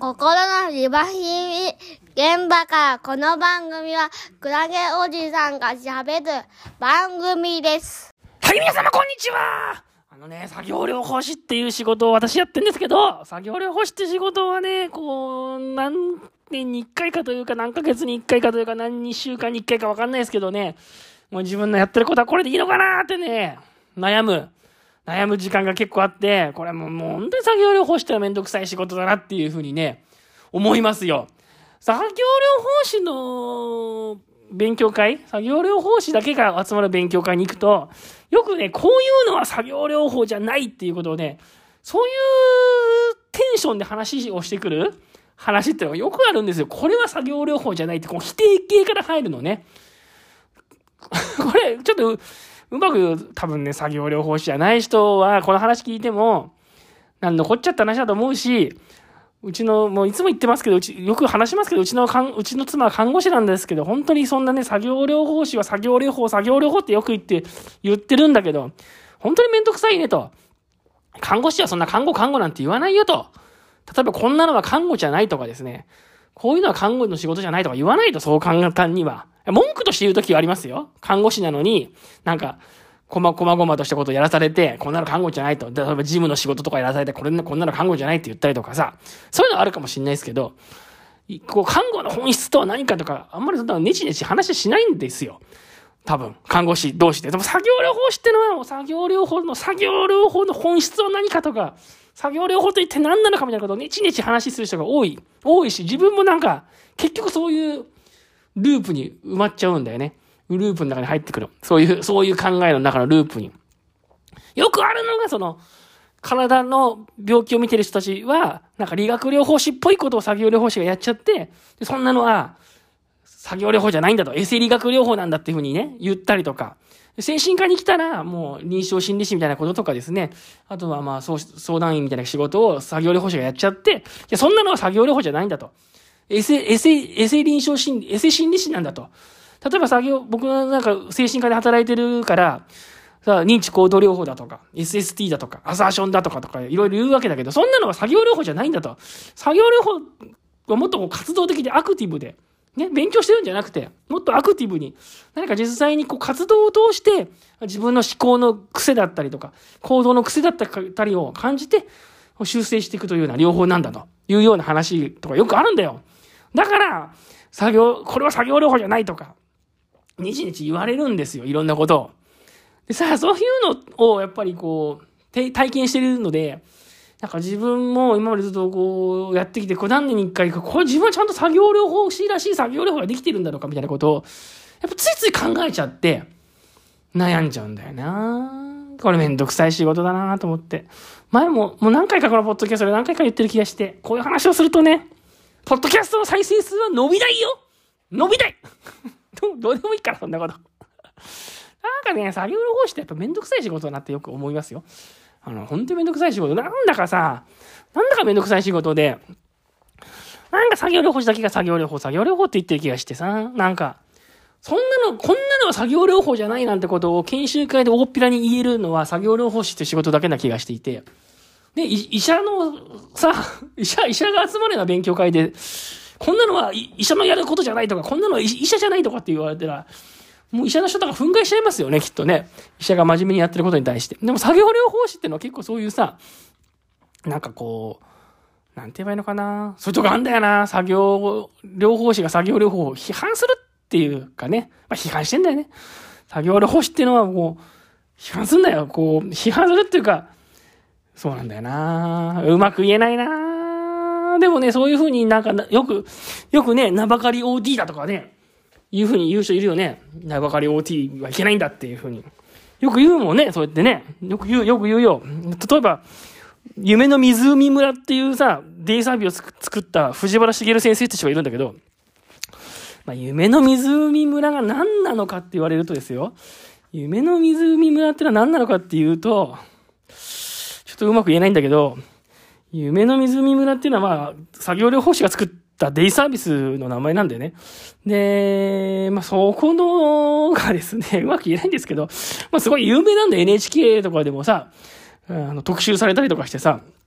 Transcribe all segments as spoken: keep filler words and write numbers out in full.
心のリバヒミ現場からこの番組はクラゲおじさんが喋る番組です。 はい、皆様こんにちは。あのね、作業療法士っていう仕事を私やってんですけど、作業療法士って仕事はね、こう、何年に一回かというか何ヶ月に一回かというか何週間に一回かわかんないですけどね、もう自分のやってることはこれでいいのかなーってね、悩む。悩む時間が結構あって、これもう、もう本当に作業療法士ってのはめんどくさい仕事だなっていうふうにね、思いますよ。作業療法士の勉強会、作業療法士だけが集まる勉強会に行くと、よくね、こういうのは作業療法じゃないっていうことをね、そういうテンションで話をしてくる話ってのがよくあるんですよ。これは作業療法じゃないって、こう否定形から入るのね。これ、ちょっと、うまく多分ね、作業療法士じゃない人は、この話聞いても、なんのこっちゃった話だと思うし、うちの、もういつも言ってますけど、うち、よく話しますけど、うちのかん、うちの妻は看護師なんですけど、本当にそんなね、作業療法士は作業療法、作業療法ってよく言って、言ってるんだけど、本当にめんどくさいねと。看護師はそんな看護看護なんて言わないよと。例えばこんなのは看護じゃないとかですね。こういうのは看護の仕事じゃないとか言わないと、そう簡単には。文句として言うときはありますよ。看護師なのに、なんか、こま、こまごまとしたことをやらされて、こんなの看護じゃないと。例えば事務の仕事とかやらされて、これこんなの看護じゃないって言ったりとかさ。そういうのはあるかもしれないですけど、こう、看護の本質とは何かとか、あんまりそんなネチネチ話しないんですよ。多分、看護師同士で。でも作業療法士ってのは、もう作業療法の、作業療法の本質は何かとか、作業療法と一体何なのかみたいなことをネチネチ話する人が多い。多いし、自分もなんか、結局そういうループに埋まっちゃうんだよね。ループの中に入ってくる。そういう、そういう考えの中のループに。よくあるのが、その、体の病気を見てる人たちは、なんか理学療法士っぽいことを作業療法士がやっちゃって、でそんなのは、作業療法じゃないんだと、エセ理学療法なんだっていうふうにね、言ったりとか。精神科に来たら、もう、臨床心理士みたいなこととかですね。あとは、まあ、相談員みたいな仕事を作業療法士がやっちゃって、いや、そんなのは作業療法じゃないんだと。エセ、エセ、エセ臨床心理、エセ心理士なんだと。例えば作業、僕はなんか精神科で働いてるから、さあ、認知行動療法だとか、エスエスティー だとか、アサーションだとかとか、いろいろ言うわけだけど、そんなのは作業療法じゃないんだと。作業療法はもっとこう活動的でアクティブで、ね、勉強してるんじゃなくて、もっとアクティブに、何か実際にこう活動を通して、自分の思考の癖だったりとか、行動の癖だったりを感じて、修正していくというような療法なんだというような話とかよくあるんだよ。だから、作業、これは作業療法じゃないとか、にちにち言われるんですよ。いろんなことを。でさあ、そういうのをやっぱりこう、体験してるので、なんか自分も今までずっとこうやってきて、こう何年に一回か、これ自分はちゃんと作業療法士らしい作業療法ができてるんだろうかみたいなことを、やっぱついつい考えちゃって、悩んじゃうんだよな。これめんどくさい仕事だなと思って。前も、もう何回かこのポッドキャストで何回か言ってる気がして、こういう話をするとね、ポッドキャストの再生数は伸びないよ伸びないど, どうでもいいから、そんなこと。なんかね、作業療法士ってやっぱめんどくさい仕事だなってよく思いますよ。あの、ほんとめんどくさい仕事。なんだかさ、なんだかめんどくさい仕事で、なんか作業療法士だけが作業療法、作業療法って言ってる気がしてさ、なんか、そんなの、こんなのは作業療法じゃないなんてことを研修会で大っぴらに言えるのは作業療法士って仕事だけな気がしていて、で、医者のさ、医者、医者が集まるような勉強会で、こんなのは医者のやることじゃないとか、こんなのは医者じゃないとかって言われたら、もう医者の人とか憤慨しちゃいますよね、きっとね。医者が真面目にやってることに対して。でも作業療法士ってのは結構そういうさ、なんかこう、なんて言えばいいのかな。そういうとこあんだよな。作業療法士が作業療法を批判するっていうかね。まあ批判してんだよね。作業療法士っていうのはもう、批判すんだよ。こう、批判するっていうか、そうなんだよな。うまく言えないな。でもね、そういう風になんか、よく、よくね、名ばかり オーティー だとかね、いう風に言う人いるよね。名ばかり オーティー はいけないんだっていう風に。よく言うもんね、そうやってね。よく言う、よく言うよ。例えば、夢の湖村っていうさ、デイサービスを作った藤原茂先生って人がいるんだけど、まあ、夢の湖村が何なのかって言われるとですよ。夢の湖村ってのは何なのかっていうと、ちょっとうまく言えないんだけど、夢の湖村っていうのはまあ、作業療法士が作ったデイサービスの名前なんだよね。で、まあそこのがですね、うまく言えないんですけど、まあすごい有名なんだよ。エヌエイチケー とかでもさ、あの特集されたりとかしてさ、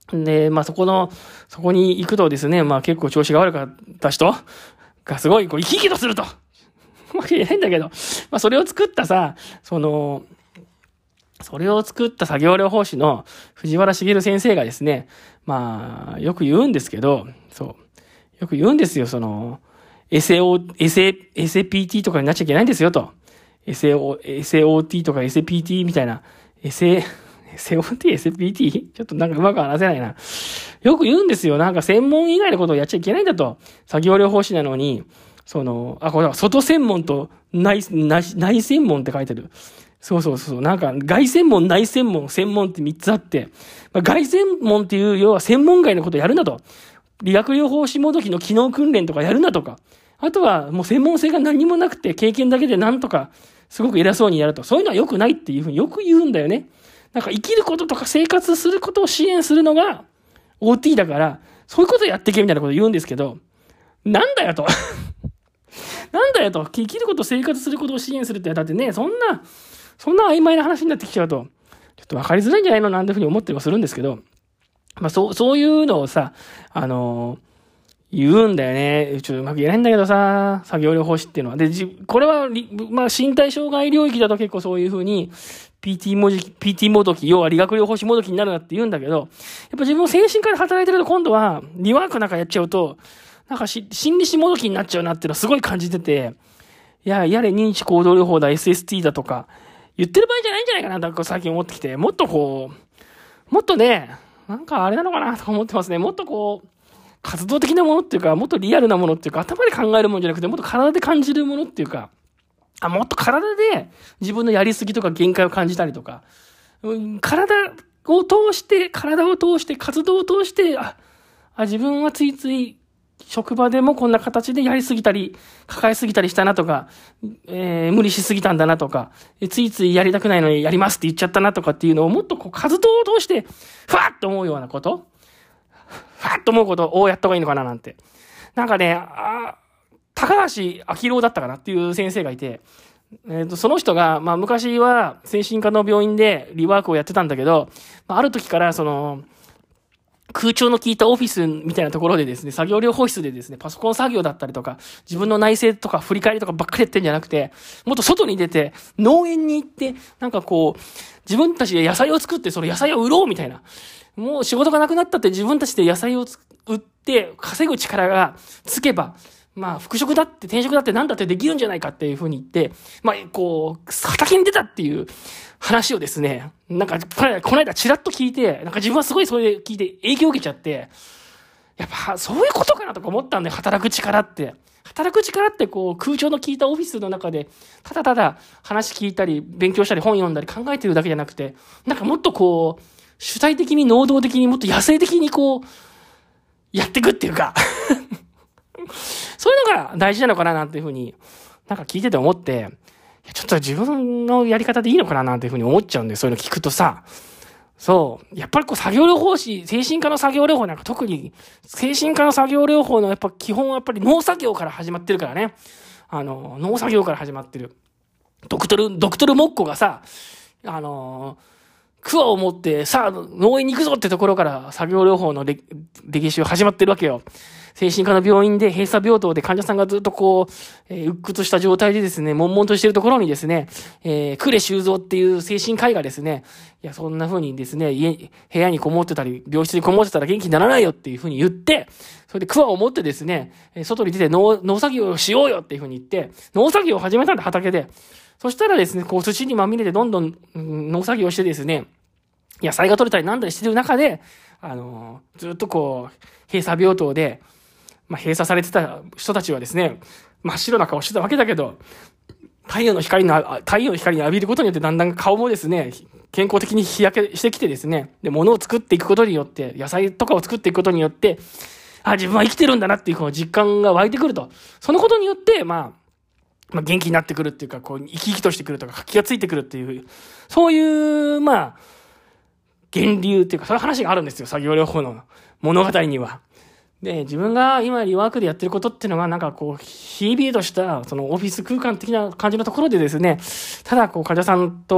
で、まあそこの、そこに行くとですね、まあ結構調子が悪かった人がすごいこう生き生きとすると。わけ言えないんだけど、まあそれを作ったさ、その、それを作った作業療法士の藤原茂先生がですね、まあよく言うんですけど、そう。よく言うんですよ、その、エスエーオー、エスエー、エスエーピーティー とかになっちゃいけないんですよと。エスエーオー、エスエーオーティー とか エスエーピーティー みたいな、エスエー、エスエーオーティー、エスエーピーティー? ちょっとなんかうまく話せないな。よく言うんですよ。なんか専門以外のことをやっちゃいけないんだと。作業療法士なのに、その、あ、これは外専門と内、内、内専門って書いてる。そうそうそう。なんか外専門、内専門、専門ってみっつあって、まあ、外専門っていう要は専門外のことをやるんだと。理学療法士もどきの機能訓練とかやるなとか。あとはもう専門性が何もなくて経験だけでなんとかすごく偉そうにやると。そういうのは良くないっていうふうによく言うんだよね。なんか生きることとか生活することを支援するのが オーティー だから、そういうことやってけみたいなこと言うんですけど、なんだよと。なんだよと。生きること生活することを支援するって、だってね、そんな、そんな曖昧な話になってきちゃうと、ちょっと分かりづらいんじゃないのなんていうふうに思ったりもするんですけど、まあそう、そういうのをさ、あのー、言うんだよね。ちょっとうまく言えないんだけどさ、作業療法士っていうのは。で、じ、これは、まあ身体障害領域だと結構そういうふうに、ピーティー もじ、ピーティー もどき、要は理学療法士もどきになるなって言うんだけど、やっぱ自分も精神科で働いてると今度は、リワークなんかやっちゃうと、なんかし、心理師もどきになっちゃうなっていうのはすごい感じてて、いや、やれ認知行動療法だ、エスエスティー だとか、言ってる場合じゃないんじゃないかなと最近思ってきて、もっとこう、もっとね、なんかあれなのかなとか思ってますね。もっとこう、活動的なものっていうか、もっとリアルなものっていうか、頭で考えるものじゃなくて、もっと体で感じるものっていうか、あ、もっと体で自分のやりすぎとか限界を感じたりとか、うん、体を通して、体を通して、活動を通して、あ、あ自分はついつい職場でもこんな形でやりすぎたり、抱えすぎたりしたなとか、えー、無理しすぎたんだなとか、ついついやりたくないのにやりますって言っちゃったなとかっていうのをもっとこう活動を通して、ふわっと思うようなこと、ふわっと思うことをやった方がいいのかななんて。なんかね、あ高橋明郎だったかなっていう先生がいて、えーと、その人が、まあ昔は精神科の病院でリワークをやってたんだけど、まあ、ある時からその、空調の効いたオフィスみたいなところでですね、作業療法室でですね、パソコン作業だったりとか、自分の内省とか振り返りとかばっかりやってんじゃなくて、もっと外に出て、農園に行って、なんかこう、自分たちで野菜を作って、その野菜を売ろうみたいな。もう仕事がなくなったって自分たちで野菜を売って稼ぐ力がつけば、まあ、復職だって転職だって何だってできるんじゃないかっていうふうに言って、まあ、こう、畑に出たっていう話をですね、なんか、この間、この間チラッと聞いて、なんか自分はすごいそれ聞いて影響を受けちゃって、やっぱ、そういうことかなとか思ったんだよ、働く力って。働く力ってこう、空調の効いたオフィスの中で、ただただ話聞いたり、勉強したり、本読んだり考えてるだけじゃなくて、なんかもっとこう、主体的に能動的にもっと野生的にこう、やっていくっていうか、そういうのが大事なのかななんていうふうに、なんか聞いてて思って、ちょっと自分のやり方でいいのかななんていうふうに思っちゃうんで、そういうの聞くとさ、そう、やっぱりこう作業療法士、精神科の作業療法なんか特に、精神科の作業療法のやっぱ基本はやっぱり農作業から始まってるからね。あの、農作業から始まってる。ドクトル、ドクトルモッコがさ、あの、クワを持って、さあ、農園に行くぞってところから作業療法の歴史始まってるわけよ。精神科の病院で閉鎖病棟で患者さんがずっとこう、えー、鬱屈した状態でですね、悶々としているところにですね、えー、呉修造っていう精神科医がですね、いや、そんな風にですね、家、部屋にこもってたり、病室にこもってたら元気にならないよっていう風に言って、それでクワを持ってですね、外に出て農、農作業をしようよっていう風に言って、農作業を始めたんだ、畑で。そしたらですね、こう土にまみれてどんどん、うん、農作業をしてですね、野菜が取れたりなんだりしてる中で、あのー、ずっとこう、閉鎖病棟で、まあ、閉鎖されてた人たちはですね、真っ白な顔してたわけだけど、太陽の光の、太陽の光に浴びることによってだんだん顔もですね、健康的に日焼けしてきてですね、で、物を作っていくことによって、野菜とかを作っていくことによって、あ、自分は生きてるんだなっていうこの実感が湧いてくると。そのことによって、まあ、まあ、元気になってくるっていうか、こう、生き生きとしてくるとか、活気がついてくるっていう、そういう、まあ、源流っていうか、そういう話があるんですよ、作業療法の物語には。で、自分が今リワークでやってることっていうのが、なんかこう、ひいびりとした、そのオフィス空間的な感じのところでですね、ただこう、患者さんと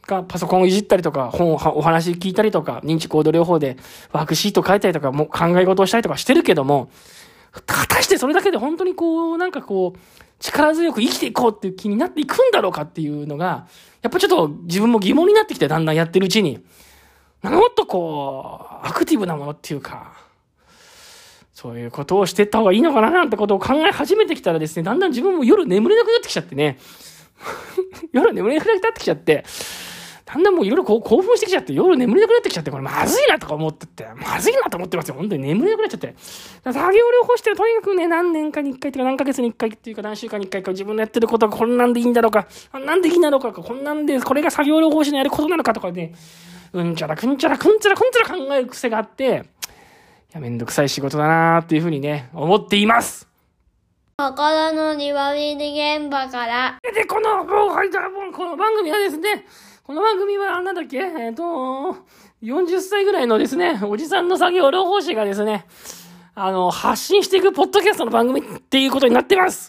がパソコンをいじったりとか、本をお話聞いたりとか、認知行動療法でワークシート書いたりとか、もう考え事をしたりとかしてるけども、果たしてそれだけで本当にこう、なんかこう、力強く生きていこうっていう気になっていくんだろうかっていうのが、やっぱちょっと自分も疑問になってきて、だんだんやってるうちに、なんかもっとこう、アクティブなものっていうか、そういうことをしていった方がいいのかななんてことを考え始めてきたらですね、だんだん自分も夜眠れなくなってきちゃってね、夜眠れなくなってきちゃって、だんだんもう夜こう興奮してきちゃって、夜眠れなくなってきちゃって、これまずいなとか思ってって、まずいなと思ってますよ。本当に眠れなくなっちゃって。作業療法してるとにかくね、何年かに一回とか何ヶ月に一回っていうか何週間に一回か自分のやってることがこんなんでいいんだろうか、なんでいいんだろうか、こんなんで、これが作業療法士のやることなのかとかね、うんちゃらくんちゃらくんちゃらくんちゃら考える癖があって、いや、めんどくさい仕事だなーっていうふうにね、思っています。 心の庭見現場から。 で、この、この番組はですね、この番組は、なんだっけえっと、よんじゅっさいぐらいのですね、おじさんの作業療法士がですね、あの、発信していくポッドキャストの番組っていうことになってます。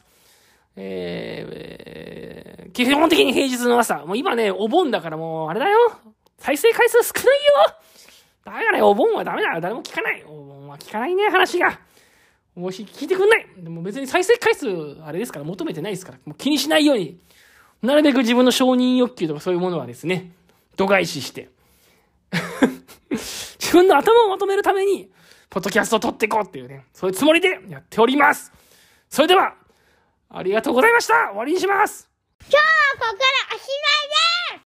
えー、基本的に平日の朝。もう今ね、お盆だからもう、あれだよ。再生回数少ないよ。ダメだね、お盆はダメだよ。誰も聞かない。お盆は聞かないね、話が。もし聞いてくんない。でも別に再生回数、あれですから、求めてないですから。もう気にしないように。なるべく自分の承認欲求とかそういうものはですね、度外視して。自分の頭をまとめるために、ポッドキャストを撮っていこうっていうね、そういうつもりでやっております。それでは、ありがとうございました。終わりにします。 今日はここからおしまいです。